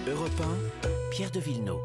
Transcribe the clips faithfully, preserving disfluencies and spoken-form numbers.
Europe un, Pierre de Villeneuve.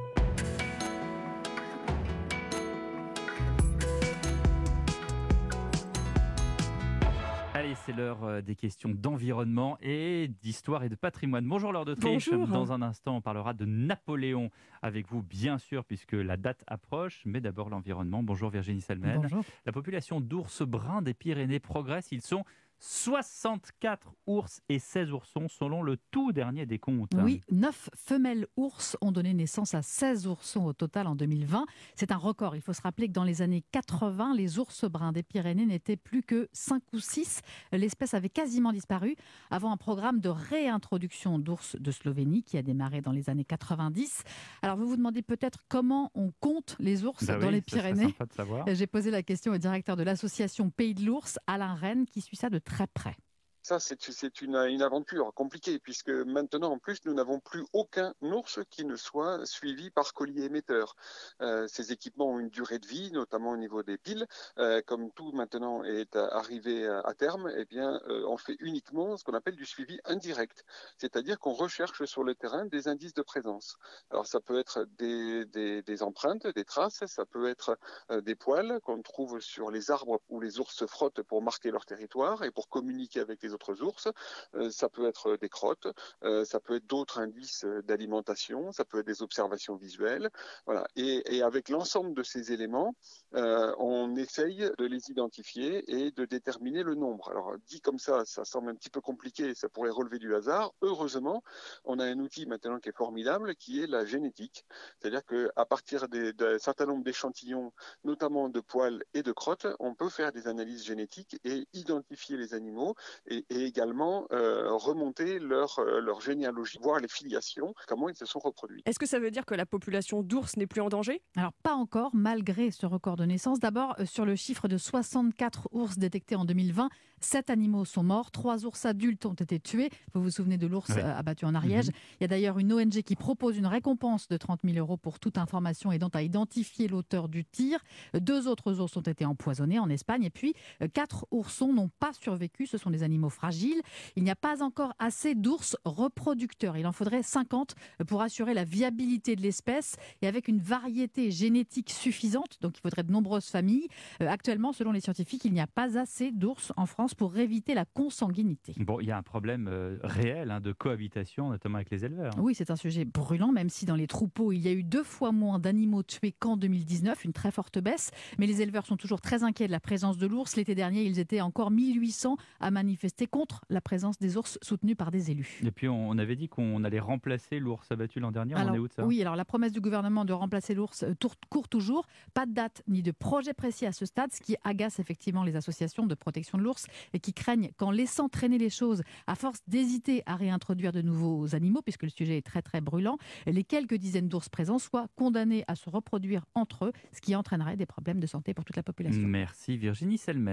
Allez, c'est l'heure des questions d'environnement et d'histoire et de patrimoine. Bonjour Laure d'Autriche. Bonjour. Dans un instant, on parlera de Napoléon avec vous, bien sûr, puisque la date approche. Mais d'abord l'environnement. Bonjour Virginie Salmen. Bonjour. La population d'ours bruns des Pyrénées progresse. Ils sont soixante-quatre ours et seize oursons selon le tout dernier décompte. Oui, neuf femelles ours ont donné naissance à seize oursons au total en deux mille vingt. C'est un record. Il faut se rappeler que dans les années quatre-vingts, les ours bruns des Pyrénées n'étaient plus que cinq ou six. L'espèce avait quasiment disparu avant un programme de réintroduction d'ours de Slovénie qui a démarré dans les années quatre-vingt-dix. Alors vous vous demandez peut-être comment on compte les ours bah dans oui, les ça serait Pyrénées. sympa de savoir. J'ai posé la question au directeur de l'association Pays de l'Ours, Alain Rennes, qui suit ça de très près. Ça, c'est, c'est une, une aventure compliquée, puisque maintenant, en plus, nous n'avons plus aucun ours qui ne soit suivi par collier émetteur. Euh, ces équipements ont une durée de vie, notamment au niveau des piles. Euh, comme tout maintenant est arrivé à, à terme, eh bien, euh, on fait uniquement ce qu'on appelle du suivi indirect. C'est-à-dire qu'on recherche sur le terrain des indices de présence. Alors, ça peut être des, des, des empreintes, des traces, ça peut être euh, des poils qu'on trouve sur les arbres où les ours se frottent pour marquer leur territoire et pour communiquer avec les autres ours, euh, ça peut être des crottes, euh, ça peut être d'autres indices d'alimentation, ça peut être des observations visuelles, voilà. Et, et avec l'ensemble de ces éléments, euh, on essaye de les identifier et de déterminer le nombre. Alors dit comme ça, ça semble un petit peu compliqué, ça pourrait relever du hasard. Heureusement, on a un outil maintenant qui est formidable, qui est la génétique. C'est-à-dire qu'à partir des, d'un certain nombre d'échantillons, notamment de poils et de crottes, on peut faire des analyses génétiques et identifier les animaux et et également euh, remonter leur, euh, leur généalogie, voir les filiations, comment ils se sont reproduits. Est-ce que ça veut dire que la population d'ours n'est plus en danger ? Alors, pas encore, malgré ce record de naissance. D'abord, sur le chiffre de soixante-quatre ours détectés en deux mille vingt, sept animaux sont morts, trois ours adultes ont été tués. Vous vous souvenez de l'ours ouais. abattu en Ariège. Mmh. Il y a d'ailleurs une O N G qui propose une récompense de trente mille euros pour toute information aidant à identifier l'auteur du tir. Deux autres ours ont été empoisonnés en Espagne. Et puis, quatre oursons n'ont pas survécu. Ce sont des animaux fragiles. Il n'y a pas encore assez d'ours reproducteurs. Il en faudrait cinquante pour assurer la viabilité de l'espèce et avec une variété génétique suffisante. Donc, il faudrait de nombreuses familles. Euh, actuellement, selon les scientifiques, il n'y a pas assez d'ours en France pour éviter la consanguinité. Bon, il y a un problème euh, réel hein, de cohabitation, notamment avec les éleveurs. Hein. Oui, c'est un sujet brûlant, même si dans les troupeaux, il y a eu deux fois moins d'animaux tués qu'en deux mille dix-neuf, une très forte baisse. Mais les éleveurs sont toujours très inquiets de la présence de l'ours. L'été dernier, ils étaient encore mille huit cents à manifester contre la présence des ours soutenus par des élus. Et puis, on avait dit qu'on allait remplacer l'ours abattu l'an dernier. Alors, on en est où de ça ? Oui, alors la promesse du gouvernement de remplacer l'ours court toujours. Pas de date ni de projet précis à ce stade, ce qui agace effectivement les associations de protection de l'ours et qui craignent qu'en laissant traîner les choses, à force d'hésiter à réintroduire de nouveaux animaux, puisque le sujet est très très brûlant, les quelques dizaines d'ours présents soient condamnés à se reproduire entre eux, ce qui entraînerait des problèmes de santé pour toute la population. Merci Virginie Salmen.